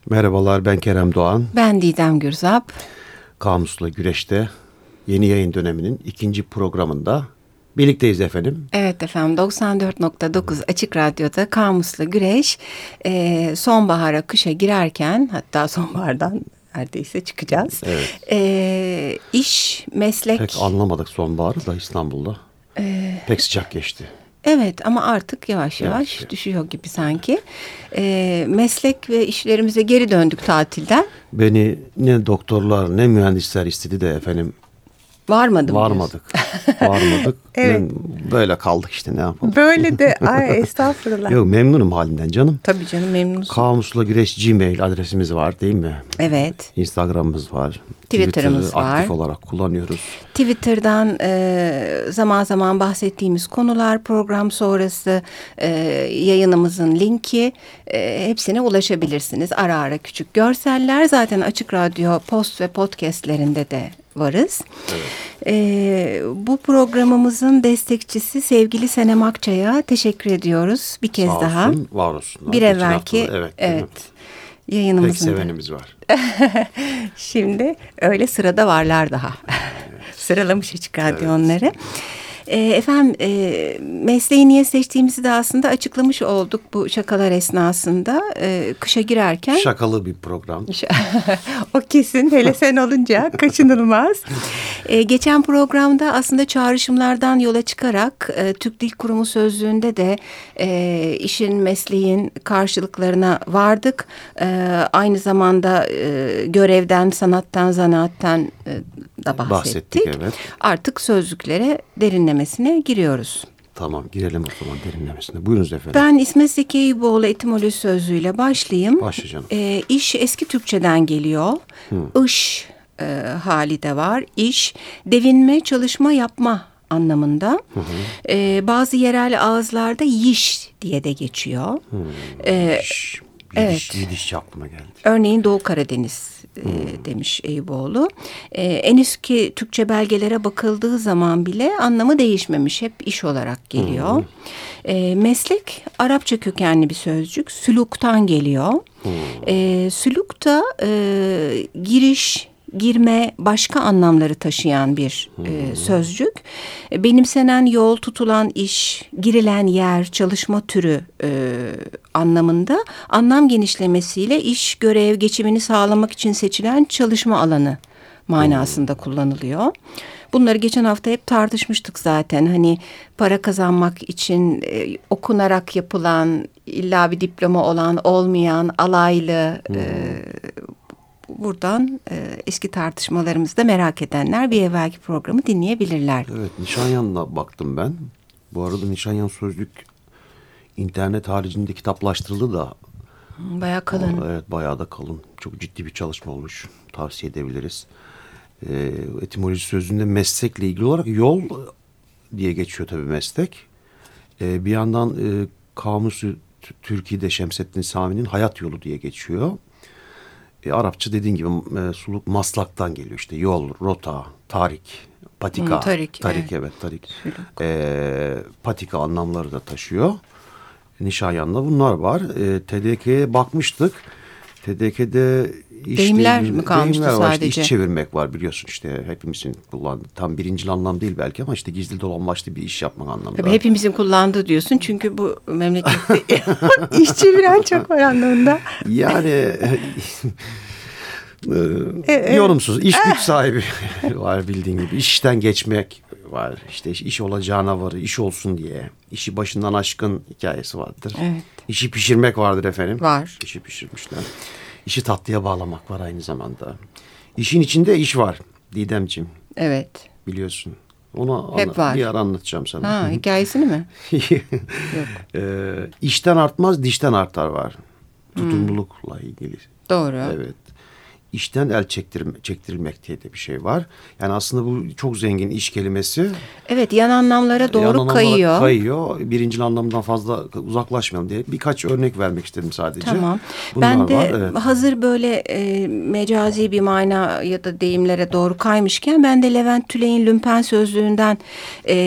Merhabalar, ben Kerem Doğan. Ben Didem Gürzap. Kamusla Güreş'te yeni yayın döneminin ikinci programında birlikteyiz efendim. Evet efendim, 94.9 Açık Radyo'da Kamusla Güreş sonbahara, kışa girerken, hatta sonbahardan neredeyse çıkacağız. Evet. İş, meslek... Pek anlamadık sonbaharı da İstanbul'da. Pek sıcak geçti. Evet, ama artık yavaş yavaş düşüyor gibi sanki. Meslek ve işlerimize geri döndük tatilden. Beni ne doktorlar ne mühendisler istedi de efendim. Varmadık. Evet. Böyle kaldık işte, ne yapalım. Böyle de estağfurullah. Yok, memnunum halinden canım. Tabii canım, memnunsun. Kamusla Güreş Gmail adresimiz var değil mi? Evet. Instagram'ımız var. Twitter'ımız var. Aktif olarak kullanıyoruz. Twitter'dan zaman zaman bahsettiğimiz konular, program sonrası yayınımızın linki, hepsine ulaşabilirsiniz. Ara ara küçük görseller, zaten Açık Radyo post ve podcastlerinde de varız. Evet. Bu programımızın destekçisi sevgili Senem Akçay'a teşekkür ediyoruz bir kez daha. Sağ olsun, var olsun. Bir evvelki evet. Yayınımızın pek sevenimiz var. Şimdi öyle sırada varlar daha. Sıralamış Açık Radyo onları. Efendim, mesleği niye seçtiğimizi de aslında açıklamış olduk bu şakalar esnasında. Kışa girerken. Şakalı bir program. O kesin, hele sen olunca kaçınılmaz. Geçen programda aslında çağrışımlardan yola çıkarak Türk Dil Kurumu sözlüğünde de işin, mesleğin karşılıklarına vardık. Aynı zamanda görevden, sanattan, zanaattan da bahsettik. Evet. Artık sözlüklere derinlemesine giriyoruz. Tamam, girelim o zaman derinlemesine. Buyurunuz efendim. Ben İsmet Zeki Eyüboğlu etimoloji sözlüğüyle başlayayım. Başlayacağım. İş eski Türkçeden geliyor. İş hali de var. İş, devinme, çalışma, yapma anlamında. Bazı yerel ağızlarda yiş diye de geçiyor. Yidiş aklıma geldi. Örneğin Doğu Karadeniz demiş Eyüboğlu. En eski Türkçe belgelere bakıldığı zaman bile anlamı değişmemiş. Hep iş olarak geliyor. Meslek Arapça kökenli bir sözcük. Süluktan geliyor. Süluk da giriş, girme, başka anlamları taşıyan bir sözcük. Benimsenen yol, tutulan iş, girilen yer, çalışma türü anlamında, anlam genişlemesiyle iş, görev, geçimini sağlamak için seçilen çalışma alanı manasında kullanılıyor. Bunları geçen hafta hep tartışmıştık zaten. Hani para kazanmak için okunarak yapılan, illa bir diploma olan, olmayan, alaylı... Buradan eski tartışmalarımızda merak edenler bir evvelki programı dinleyebilirler. Evet, Nişanyan'la baktım ben. Bu arada Nişanyan sözlük internet haricinde kitaplaştırıldı da. Bayağı kalın. Evet, bayağı da kalın. Çok ciddi bir çalışma olmuş. Tavsiye edebiliriz. Etimoloji sözlüğünde meslekle ilgili olarak yol diye geçiyor tabii meslek. Bir yandan Kamusu Türkiye'de Şemsettin Sami'nin hayat yolu diye geçiyor. Arapça dediğin gibi suluk maslaktan geliyor, işte yol, rota, tarik, patika. Tarik. Patika anlamları da taşıyor. Nişanyan'da bunlar var. TDK'ye bakmıştık. TDK'de deyimler mi kalmıştı sadece? İşte iş çevirmek var, biliyorsun, işte hepimizin kullandığı, tam birincil anlam değil belki ama işte gizli dolambaçlı bir iş yapmak anlamında. Tabii hepimizin kullandığı diyorsun çünkü bu memlekette iş çeviren çok var anlamında. Yani yorumsuz iş güç sahibi var, bildiğin gibi. İşten geçmek var, işte iş olacağına varı, iş olsun diye. İşi başından aşkın hikayesi vardır. Evet. İşi pişirmek vardır efendim. Var. İşi pişirmişler. İşi tatlıya bağlamak var aynı zamanda. İşin içinde iş var Didemciğim. Evet. Biliyorsun. Onu bir ara anlatacağım sana. Ha, hikayesini mi? Yok. İşten artmaz, dişten artar var. Tutumlulukla ilgili. Doğru. Evet. İşten el çektirilmek diye de bir şey var. Yani aslında bu çok zengin iş kelimesi. Evet, yan anlamlara doğru kayıyor. Birincil anlamdan fazla uzaklaşmayalım diye birkaç örnek vermek istedim sadece. Tamam. Bunlar ben de var, evet. Hazır böyle mecazi bir mana ya da deyimlere doğru kaymışken ben de Levent Tüley'in Lümpen sözlüğünden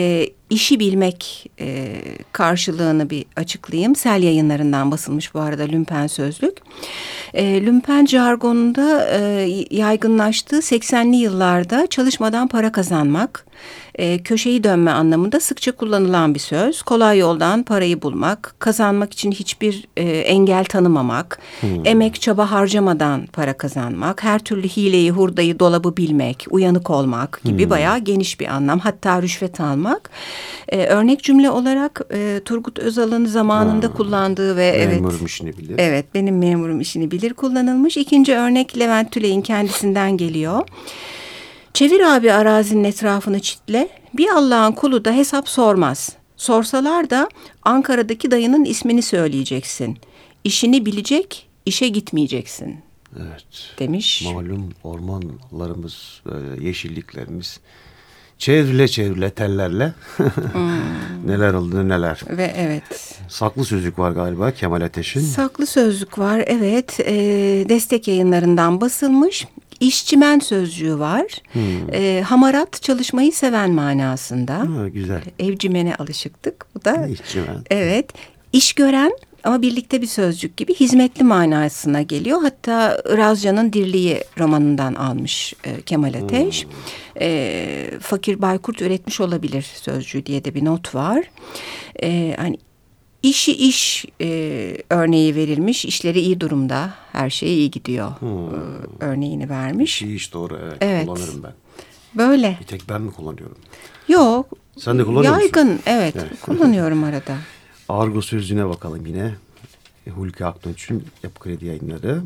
işi bilmek karşılığını bir açıklayayım. Sel Yayınlarından basılmış bu arada Lümpen Sözlük. Lümpen jargonunda yaygınlaştığı 80'li yıllarda çalışmadan para kazanmak, köşeyi dönme anlamında sıkça kullanılan bir söz. Kolay yoldan parayı bulmak, kazanmak için hiçbir engel tanımamak, emek çaba harcamadan para kazanmak, her türlü hileyi, hurdayı, dolabı bilmek, uyanık olmak gibi bayağı geniş bir anlam. Hatta rüşvet almak. Örnek cümle olarak Turgut Özal'ın zamanında kullandığı ve Memurum işini bilir. Evet, benim memurum işini bilir kullanılmış. İkinci örnek Levent Tüley'in kendisinden geliyor. Çevir abi arazinin etrafını çitle, bir Allah'ın kulu da hesap sormaz. Sorsalar da Ankara'daki dayının ismini söyleyeceksin. İşini bilecek, işe gitmeyeceksin. Evet. Demiş. Malum ormanlarımız, yeşilliklerimiz çevrile tellerle neler oldu neler. Ve evet. Saklı sözlük var galiba Kemal Ateş'in. Saklı sözlük var, evet. Destek Yayınlarından basılmış. İşçimen sözcüğü var. Hamarat, çalışmayı seven manasında. Güzel. Evcimene alışıktık. Bu da. İşçimen. Evet. İş gören ama birlikte bir sözcük gibi hizmetli manasına geliyor. Hatta Irazcan'ın Dirliği romanından almış Kemal Ateş. Fakir Baykurt üretmiş olabilir sözcüğü diye de bir not var. Hani İşi iş örneği verilmiş. İşleri iyi durumda. Her şey iyi gidiyor. Örneğini vermiş. İş doğru, Evet. Kullanırım ben. Böyle. Bir tek ben mi kullanıyorum? Yok. Sen de kullanıyor musun? Yaygın, evet. Kullanıyorum arada. Argo sözlüğüne bakalım yine. Hulki Aktunç'un Yapı Kredi Yayınları.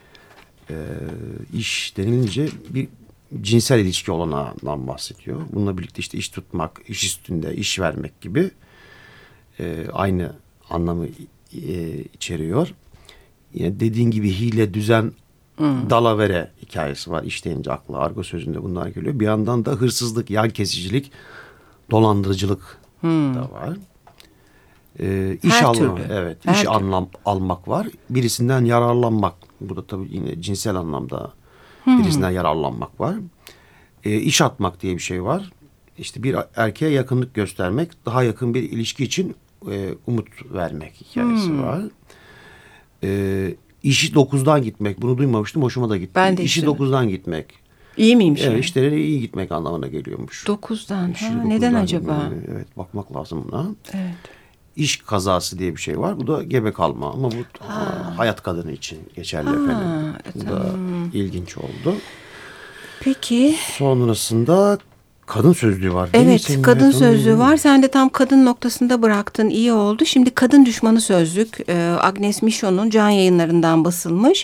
İş denilince bir cinsel ilişki olanağından bahsediyor. Bununla birlikte işte iş tutmak, iş üstünde, iş vermek gibi aynı anlamı içeriyor. Yani dediğin gibi hile, düzen, dalavere hikayesi var. İş deyince akla argo sözünde bunlar geliyor. Bir yandan da hırsızlık, yan kesicilik, dolandırıcılık da var. İş almak, evet, iş almak var. Birisinden yararlanmak. Bu da tabii yine cinsel anlamda birisinden yararlanmak var. İş atmak diye bir şey var. İşte bir erkeğe yakınlık göstermek, daha yakın bir ilişki için umut vermek hikayesi var. İşi 9'dan gitmek. Bunu duymamıştım. Hoşuma da gitti. Ben de İşi 9'dan gitmek. İyi miymiş? Evet, işlerine iyi gitmek anlamına geliyormuş. 9'dan. İşi Neden 9'dan acaba? gitmek. Evet, bakmak lazım buna. Evet. İş kazası diye bir şey var. Bu da gebe kalma. Ama bu hayat kadını için geçerli efendim. Bu da ilginç oldu. Peki. Sonrasında kadın sözlüğü var değil mi? Evet, Senin kadın sözlüğü var. Sen de tam kadın noktasında bıraktın. İyi oldu. Şimdi kadın düşmanı sözlük. Agnes Michon'un Can Yayınlarından basılmış.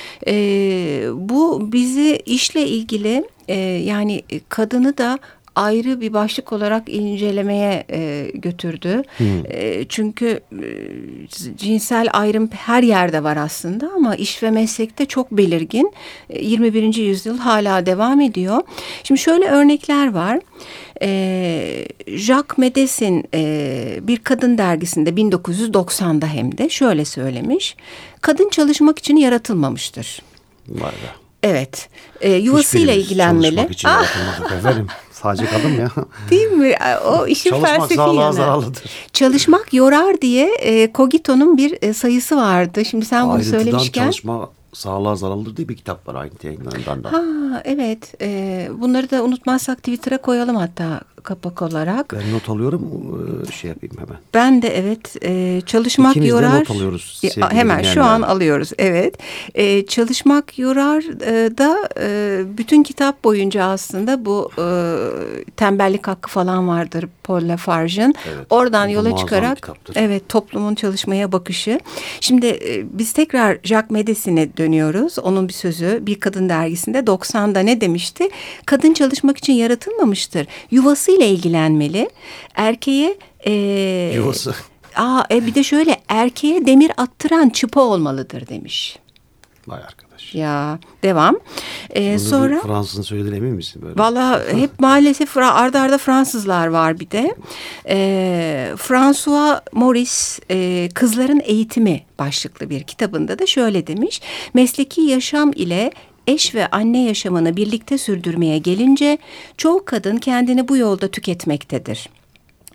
Bu bizi işle ilgili yani kadını da ayrı bir başlık olarak incelemeye götürdü. Çünkü cinsel ayrım her yerde var aslında ama iş ve meslekte çok belirgin. 21. yüzyıl hala devam ediyor. Şimdi şöyle örnekler var. Jacques Médes'in bir kadın dergisinde 1990'da hem de şöyle söylemiş. Kadın çalışmak için yaratılmamıştır. Var ya. Evet. Yuvasıyla ilgilenmeli. Çalışmak için yaratılmadık efendim. Sadece kadın ya. Değil mi? O işin Çalışmak felsefi sağlığa yanı. zararlıdır. Çalışmak yorar diye Cogito'nun bir sayısı vardı. Şimdi sen bunu Ayrıntıdan söylemişken. çalışma sağlığa zararlıdır diye bir kitap var aynı yayınlarından da. Ha, evet. Bunları da unutmazsak Twitter'a koyalım hatta kapak olarak. Ben not alıyorum, şey yapayım hemen. Ben de evet. Çalışmak İkimiz de yorar. not alıyoruz. Hemen şu an alıyoruz. Evet. Çalışmak yorar da bütün kitap boyunca aslında bu tembellik hakkı falan vardır Paul Lafarge'ın. Evet, oradan yola çıkarak evet toplumun çalışmaya bakışı. Şimdi biz tekrar Jacques Médes'ine dönüyoruz. Onun bir sözü bir kadın dergisinde 90'da ne demişti? Kadın çalışmak için yaratılmamıştır. Yuvasıyla ilgilenmeli. Erkeğe yuvası. Bir de şöyle erkeğe demir attıran çıpa olmalıdır demiş. Vay arkadaş. Ya devam. Sonra Fransız'ın söylediğine emin misin böyle? Vallahi hep maalesef arda arda Fransızlar var bir de. François Maurice Kızların Eğitimi başlıklı bir kitabında da şöyle demiş. Mesleki yaşam ile eş ve anne yaşamını birlikte sürdürmeye gelince çoğu kadın kendini bu yolda tüketmektedir.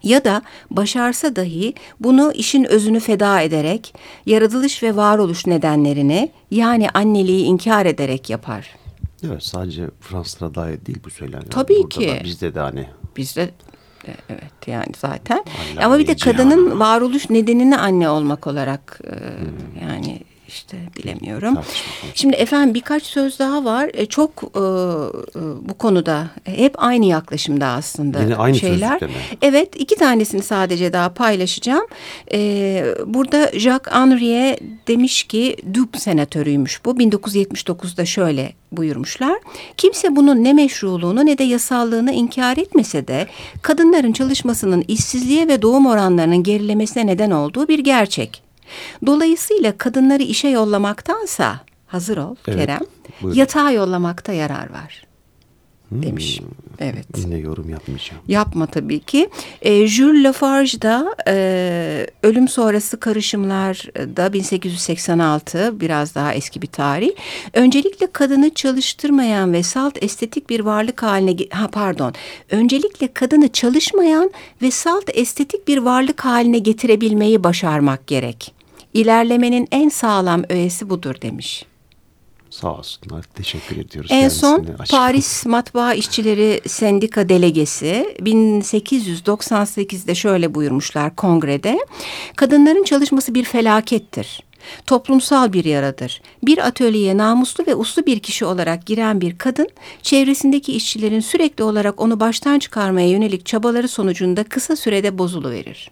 Ya da başarsa dahi bunu işin özünü feda ederek, yaratılış ve varoluş nedenlerini, yani anneliği inkar ederek yapar. Evet, sadece Fransızlara dair değil bu söylem. Tabii burada ki. Da, bizde de hani. Bizde evet yani zaten. Allah Ama bir de cihan. kadının varoluş nedenini anne olmak olarak yani işte bilemiyorum. Şimdi efendim birkaç söz daha var. Çok bu konuda hep aynı yaklaşımda aslında yine aynı şeyler. sözlükte mi? Evet, 2 tanesini sadece daha paylaşacağım. Burada Jacques Henriet demiş ki, Dub senatörüymüş bu. 1979'da şöyle buyurmuşlar. Kimse bunun ne meşruluğunu ne de yasallığını inkar etmese de kadınların çalışmasının işsizliğe ve doğum oranlarının gerilemesine neden olduğu bir gerçek. Dolayısıyla kadınları işe yollamaktansa, hazır ol Kerem, buyurun. yatağa yollamakta yarar var demiş. Evet. Yine yorum yapmayacağım. Yapma tabii ki. Jules Lafarge da ölüm sonrası karışımlarda 1886, biraz daha eski bir tarih. Öncelikle kadını çalıştırmayan ve salt estetik bir varlık haline öncelikle kadını çalışmayan ve salt estetik bir varlık haline getirebilmeyi başarmak gerek. İlerlemenin en sağlam öğesi budur demiş. Sağ olsunlar. Teşekkür ediyoruz. En son Açık. Paris Matbaa İşçileri Sendika Delegesi 1898'de şöyle buyurmuşlar kongrede. Kadınların çalışması bir felakettir. Toplumsal bir yaradır. Bir atölyeye namuslu ve uslu bir kişi olarak giren bir kadın, çevresindeki işçilerin sürekli olarak onu baştan çıkarmaya yönelik çabaları sonucunda kısa sürede bozuluverir.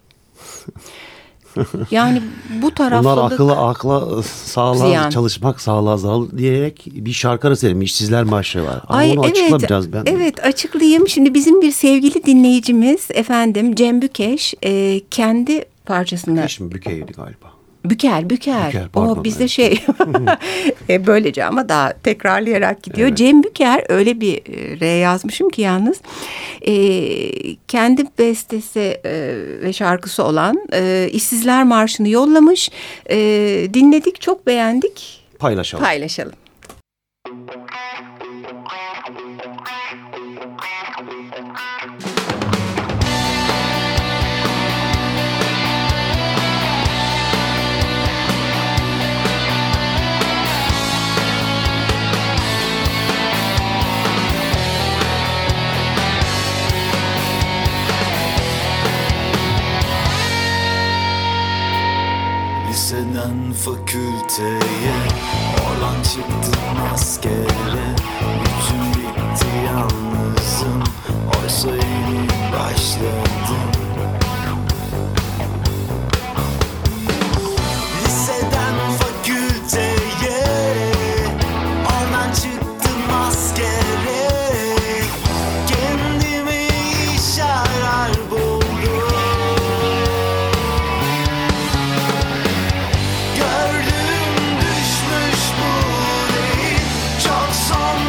Yani bu taraflılık... Bunlar akla sağlığa ziyan. Çalışmak sağlığa zararlı diyerek bir şarkı arası verelim. İşsizler marşı var. Ama Ay, onu açıkla biraz ben. Evet, açıklayayım. Şimdi bizim bir sevgili dinleyicimiz efendim Cem Bükeş kendi parçasını... Şimdi Bükey'di galiba. Büker. Pardon, O bizde böylece ama daha tekrarlayarak gidiyor. Evet. Cem Büker öyle bir R yazmışım ki yalnız. Kendi bestesi ve şarkısı olan İşsizler Marşı'nı yollamış. Dinledik, çok beğendik. Paylaşalım. Liseden fakülteye, oradan çıktım askere. Bütün bitti yalnızım, oysa yeni başladım. Liseden fakülteye, oradan çıktım askere. Kendime iş arar buldum. Gördüm düşmüş bu değil, çok son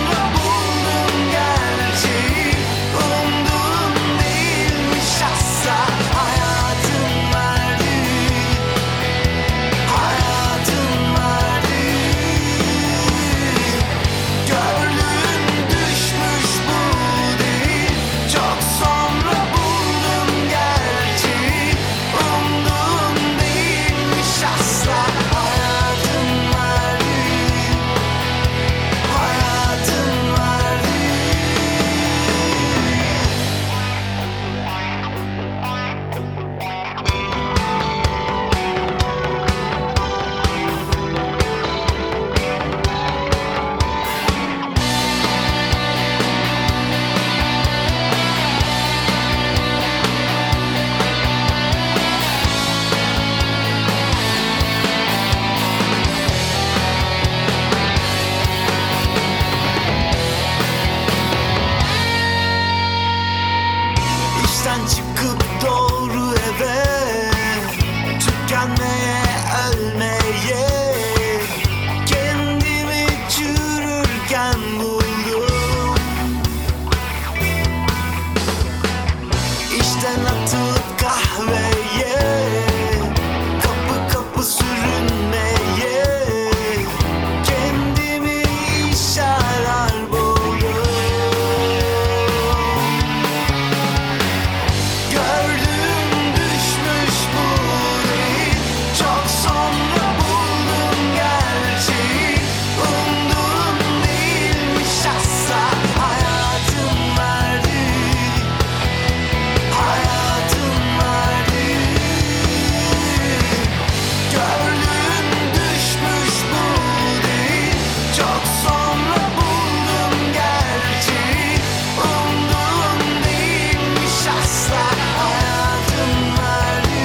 Çok sonra buldum gerçeği, umduğum değilmiş asla. Hayatım verdi,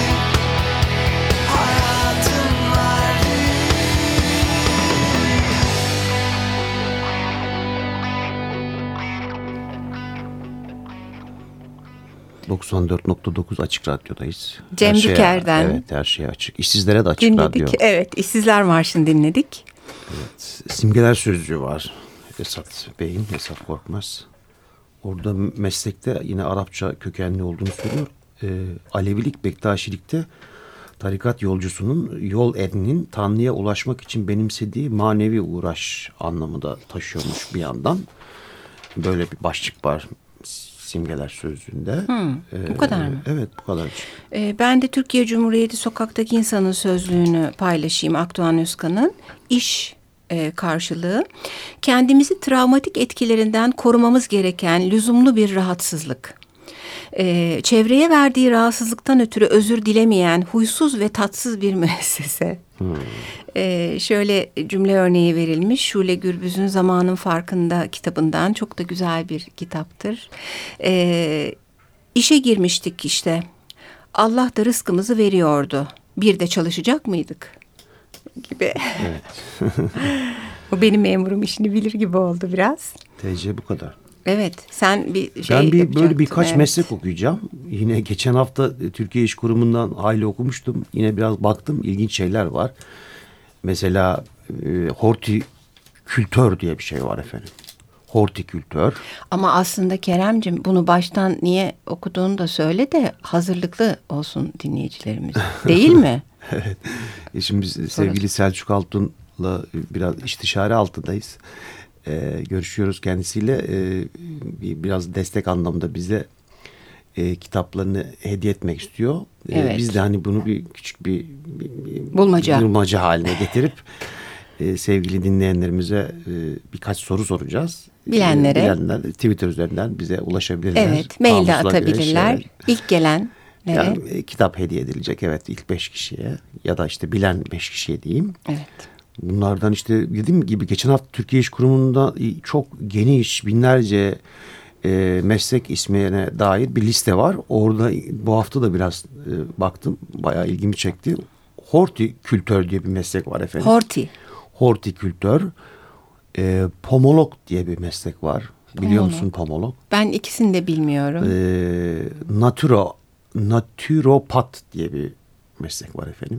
hayatım verdi. 94.9 Açık Radyo'dayız. Cem Her şeye- Düker'den. Evet, her şeye açık. İşsizlere de Açık Dinledik. Radyo. Evet, İşsizler Marşı'nı dinledik. Simgeler Sözlüğü var. Esat Bey'in, Esat Korkmaz. Orada meslekte yine Arapça kökenli olduğunu söylüyor. Alevilik, Bektaşilikte tarikat yolcusunun yol erdinin Tanrı'ya ulaşmak için benimsediği manevi uğraş anlamı da taşıyormuş bir yandan. Böyle bir başlık var Simgeler Sözlüğü'nde. Bu kadar mı? Evet, bu kadar. Ben de Türkiye Cumhuriyeti Sokaktaki İnsanın Sözlüğü'nü paylaşayım. Akdoğan Özkan'ın iş karşılığı. Kendimizi travmatik etkilerinden korumamız gereken lüzumlu bir rahatsızlık. Çevreye verdiği rahatsızlıktan ötürü özür dilemeyen huysuz ve tatsız bir müessese. Şöyle cümle örneği verilmiş. Şule Gürbüz'ün Zamanın Farkında kitabından, çok da güzel bir kitaptır. İşe girmiştik işte. Allah da rızkımızı veriyordu. Bir de çalışacak mıydık? Gibi. Evet. O benim memurum işini bilir gibi oldu biraz. TC bu kadar. Evet, sen bir şey Ben böyle yapacaktın, birkaç evet. meslek okuyacağım. Yine geçen hafta Türkiye İş Kurumu'ndan hayli okumuştum. Yine biraz baktım, ilginç şeyler var. Mesela hortikültör diye bir şey var efendim. Hortikültör. Ama aslında Keremcim, bunu baştan niye okuduğunu da söyle de hazırlıklı olsun dinleyicilerimiz. Değil mi? Evet. Şimdi biz sevgili Selçuk Altun'la biraz istişare altındayız. Görüşüyoruz kendisiyle. Biraz destek anlamda bize kitaplarını hediye etmek istiyor. Evet. Biz de hani bunu bir küçük bir Bulmaca haline getirip sevgili dinleyenlerimize birkaç soru soracağız. Bilenler Twitter üzerinden bize ulaşabilirler. Evet, mail de Kamusla atabilirler. göre İlk gelen. yani kitap hediye edilecek, evet, ilk 5 kişiye ya da işte bilen 5 kişiye diyeyim. Evet. Bunlardan işte dediğim gibi geçen hafta Türkiye İş Kurumu'nda çok geniş, binlerce meslek ismine dair bir liste var. Orada bu hafta da biraz baktım, bayağı ilgimi çekti. Hortikültör diye bir meslek var efendim. Hortikültör. Pomolog diye bir meslek var. Biliyor musun pomolog? Ben ikisini de bilmiyorum. Natüropat diye bir meslek var efendim.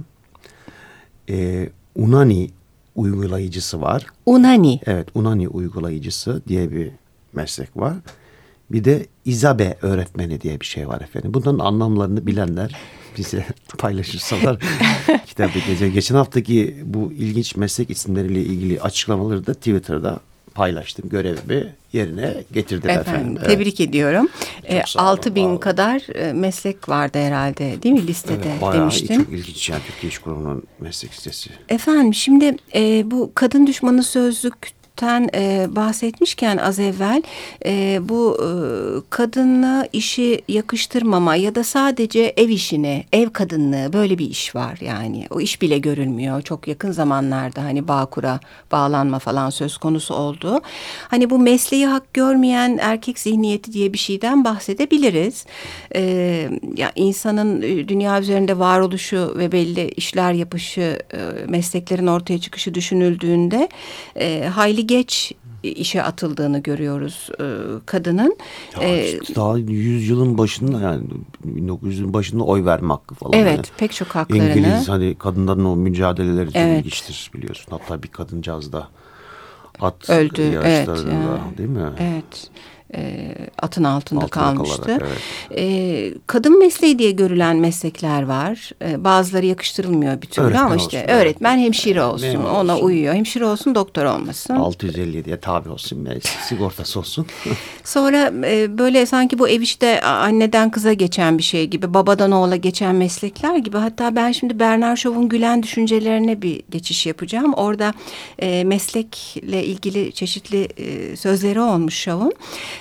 Unani uygulayıcısı var. Unani. Evet, Unani uygulayıcısı diye bir meslek var. Bir de İzabe öğretmeni diye bir şey var efendim. Bunların anlamlarını bilenler bize paylaşırsalar kitabı geçen haftaki bu ilginç meslek isimleriyle ilgili açıklamaları da Twitter'da paylaştım. Görevimi yerine getirdim efendim. Tebrik ediyorum. Çok sağ olun, 6.000 kadar meslek vardı herhalde, değil mi listede, Evet, bayağı demiştin. çok ilginç yani Türkiye İş Kurumu'nun meslek listesi. Efendim şimdi bu kadın düşmanı sözlükten bahsetmişken az evvel bu kadınla işi yakıştırmama ya da sadece ev işini, ev kadınlığı, böyle bir iş var yani. O iş bile görülmüyor. Çok yakın zamanlarda hani Bağkur'a bağlanma falan söz konusu oldu. Hani bu mesleği hak görmeyen erkek zihniyeti diye bir şeyden bahsedebiliriz. Ya insanın dünya üzerinde varoluşu ve belli işler yapışı, mesleklerin ortaya çıkışı düşünüldüğünde hayli geç işe atıldığını görüyoruz kadının. İşte daha 100 yılın başında, yani 1900'ün başında oy verme hakkı falan. Evet, yani. pek çok haklarını. İngiliz hani kadınların o mücadeleleri çok Evet. ilginçtir biliyorsun. Hatta bir kadıncağız da at Öldü, yarışlarında, evet, değil mi? Evet. Atın altında kalmıştı. Kalarak, evet. Kadın mesleği diye görülen meslekler var. Bazıları yakıştırılmıyor bir türlü Öğretmen ama işte olsun, öğretmen, hemşire olsun. Memur Ona olsun. uyuyor. Hemşire olsun, doktor olmasın. 657'ye tabi olsun, sigortası olsun. Sonra böyle sanki bu ev işte anneden kıza geçen bir şey gibi, babadan oğula geçen meslekler gibi. Hatta ben şimdi Bernard Shaw'un Gülen Düşüncelerine bir geçiş yapacağım. Orada meslekle ilgili çeşitli sözleri olmuş Shaw'un.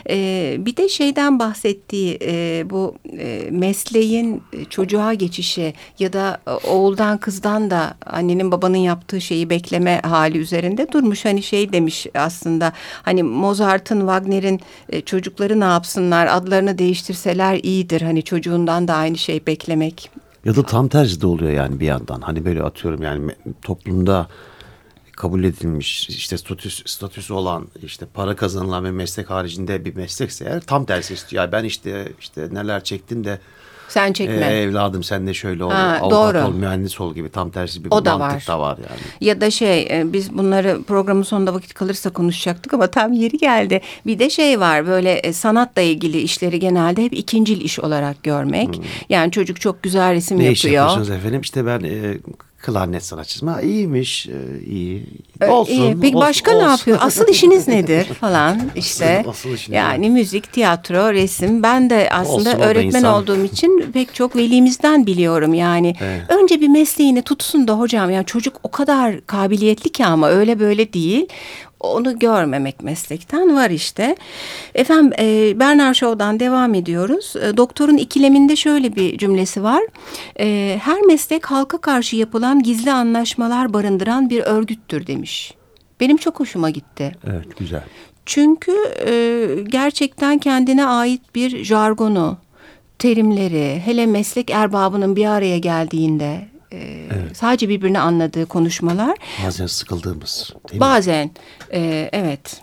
Bir de şeyden bahsettiği bu mesleğin çocuğa geçişi ya da oğuldan kızdan da annenin babanın yaptığı şeyi bekleme hali üzerinde durmuş. Hani şey demiş aslında, hani Mozart'ın, Wagner'in çocukları ne yapsınlar, adlarını değiştirseler iyidir. Hani çocuğundan da aynı şey beklemek. Ya da tam tersi de oluyor yani bir yandan. Hani böyle atıyorum yani toplumda kabul edilmiş işte statüsü olan, işte para kazanılan ve meslek haricinde bir meslekse eğer tam tersi istiyor. Ya ben işte neler çektim de Sen çekme. Evladım sen de şöyle ol, avukat doğru. ol, mühendis ol gibi tam tersi bir O da mantık da var yani. Ya da biz bunları programın sonunda vakit kalırsa konuşacaktık ama tam yeri geldi. Bir de şey var, böyle sanatla ilgili işleri genelde hep ikincil iş olarak görmek. Yani çocuk çok güzel resim Ne iş yapıyor. yapıyorsunuz efendim? İşte ben klarnet sanatçısıyım. Ha, iyiymiş, iyi. Olsun. İyi. Peki başka ne yapıyor? Asıl işiniz nedir falan işte. Asıl işiniz yani müzik, tiyatro, resim. Ben de aslında Olsun, o da öğretmen insan. olduğum için pek çok velimizden biliyorum yani. Evet. Önce bir mesleğini tutsun da hocam, yani çocuk o kadar kabiliyetli ki ama öyle böyle değil. Onu görmemek meslekten var işte. Efendim Bernard Shaw'dan devam ediyoruz. Doktorun ikileminde şöyle bir cümlesi var. Her meslek halka karşı yapılan gizli anlaşmalar barındıran bir örgüttür demiş. Benim çok hoşuma gitti. Evet, güzel. Çünkü gerçekten kendine ait bir jargonu, terimleri, hele meslek erbabının bir araya geldiğinde sadece birbirini anladığı konuşmalar. Bazen sıkıldığımız değil mi? Bazen evet.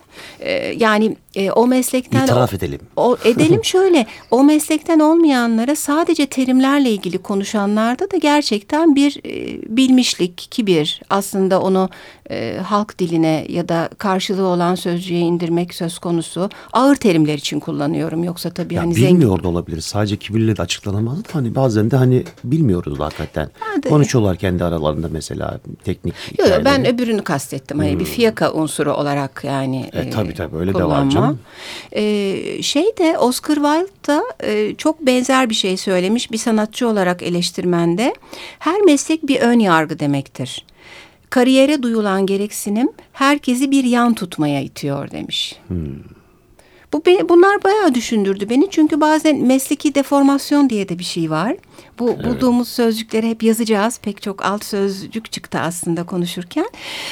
Yani o meslekten İtiraf edelim. Edelim şöyle, o meslekten olmayanlara sadece terimlerle ilgili konuşanlarda da gerçekten bir bilmişlik, kibir, aslında onu halk diline ya da karşılığı olan sözcüğe indirmek söz konusu. Ağır terimler için kullanıyorum, yoksa tabii Ya hani bilmiyor da olabilir. Sadece kibirle de açıklanamaz da hani bazen de hani bilmiyoruz da hakikaten. Konuşuyorlar kendi aralarında mesela teknik hikayeleri. Ben öbürünü kastettim. Hani bir fiyaka unsuru olarak yani tabii öyle de var kullanma. canım. De Oscar Wilde da çok benzer bir şey söylemiş bir sanatçı olarak eleştirmende. Her meslek bir ön yargı demektir. Kariyere duyulan gereksinim herkesi bir yan tutmaya itiyor demiş. Bunlar bayağı düşündürdü beni, çünkü bazen mesleki deformasyon diye de bir şey var. Bulduğumuz sözcükleri hep yazacağız. Pek çok alt sözcük çıktı aslında konuşurken.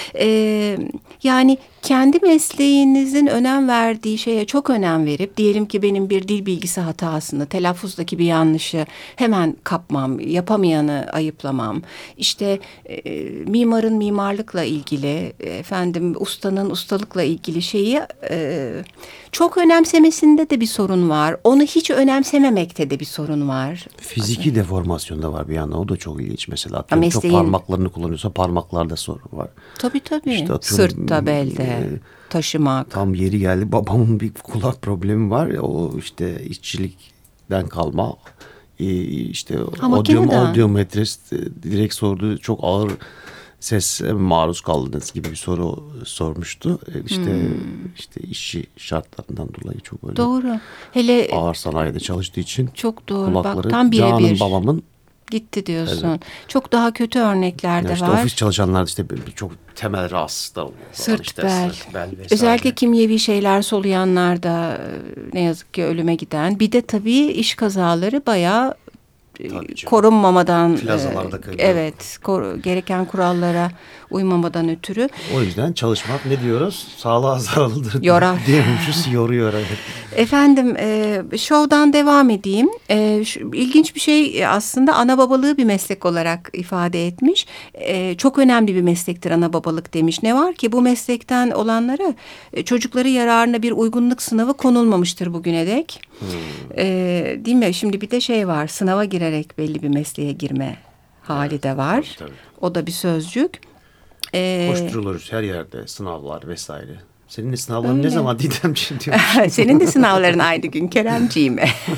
Yani kendi mesleğinizin önem verdiği şeye çok önem verip, diyelim ki benim bir dil bilgisi hatasını, telaffuzdaki bir yanlışı hemen kapmam, yapamayanı ayıplamam. İşte mimarın mimarlıkla ilgili, ustanın ustalıkla ilgili şeyi çok önemsemesinde de bir sorun var. Onu hiç önemsememekte de bir sorun var. Fiziki deformasyon da var bir yandan. O da çok ilginç mesela. Mesleğin... Çok parmaklarını kullanıyorsa parmaklarda sorun var. Tabii. İşte Sırtta, belde taşımak. Tam yeri geldi. Babamın bir kulak problemi var ya, o işte işçilikten kalma. İşte audiometres direkt sorduğu, çok ağır ses maruz kaldınız gibi bir soru sormuştu. İşte işçi şartlarından dolayı çok öyle. Doğru. Hele ağır sanayide çalıştığı için çok doğru. kulakları, bak, tam birebir babamın gitti diyorsun. Evet. Çok daha kötü örnekler de işte var. ofis çalışanlar işte çok temel rahatsızlıklar oluyor. Sırt, işte, bel. Sırt, bel vesaire. Özellikle kimyevi şeyler soluyanlar da ne yazık ki ölüme giden. Bir de tabii iş kazaları bayağı korunmamadan, evet, gereken kurallara uymamadan ötürü. O yüzden çalışmak ne diyoruz? Sağlığa zararlıdır diyormuşuz, yoruyor. Efendim, şovdan devam edeyim. İlginç bir şey aslında, ana babalığı bir meslek olarak ifade etmiş. Çok önemli bir meslektir ana babalık demiş. Ne var ki bu meslekten olanlara çocukları yararına bir uygunluk sınavı konulmamıştır bugüne dek. Değil mi? Şimdi bir de şey var, sınava girerek belli bir mesleğe girme hali de var. Tabii. O da bir sözcük. Koşturuluruz her yerde, sınavlar vesaire. Senin de sınavların ne zaman Didemciğim diyor. Senin de sınavların aynı gün Keremciğim.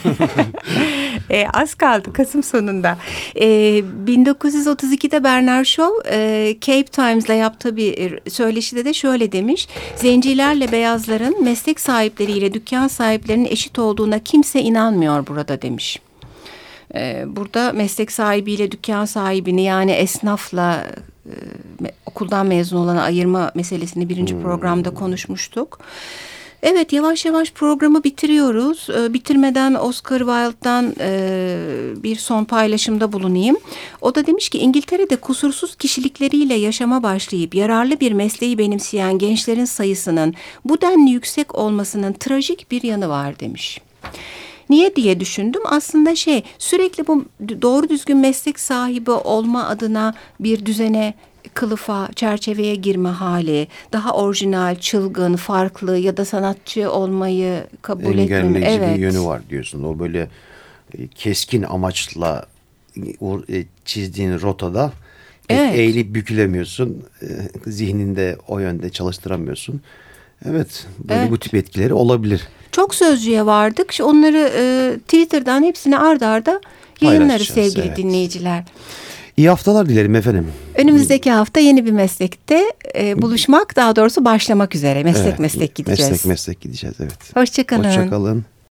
Az kaldı Kasım sonunda. 1932'de Bernard Shaw Cape Times'la yaptığı bir söyleşide de şöyle demiş. Zencilerle beyazların meslek sahipleriyle dükkan sahiplerinin eşit olduğuna kimse inanmıyor burada demiş. Burada meslek sahibiyle dükkan sahibini, yani esnafla okuldan mezun olanı ayırma meselesini birinci programda konuşmuştuk. Evet, yavaş yavaş programı bitiriyoruz. Bitirmeden Oscar Wilde'dan bir son paylaşımda bulunayım. O da demiş ki İngiltere'de kusursuz kişilikleriyle yaşama başlayıp yararlı bir mesleği benimseyen gençlerin sayısının bu denli yüksek olmasının trajik bir yanı var demiş. Niye diye düşündüm. Aslında sürekli bu doğru düzgün meslek sahibi olma adına bir düzene, kılıfa, çerçeveye girme hali, daha orijinal, çılgın, farklı ya da sanatçı olmayı kabul etmeme. Engelleyici Evet. bir yönü var diyorsun. O böyle keskin amaçla çizdiğin rotada Evet. eğilip bükülemiyorsun. Zihninde o yönde çalıştıramıyorsun. Evet, böyle Evet. bu tip etkileri olabilir. Çok sözcüğe vardık. Onları Twitter'dan hepsini arda arda yayınlarız Paylaşacağız, sevgili evet. dinleyiciler. İyi haftalar dilerim efendim. Önümüzdeki hafta yeni bir meslekte buluşmak, daha doğrusu başlamak üzere. Meslek Evet, gideceğiz. Meslek gideceğiz, evet. Hoşça kalın. Hoşça kalın.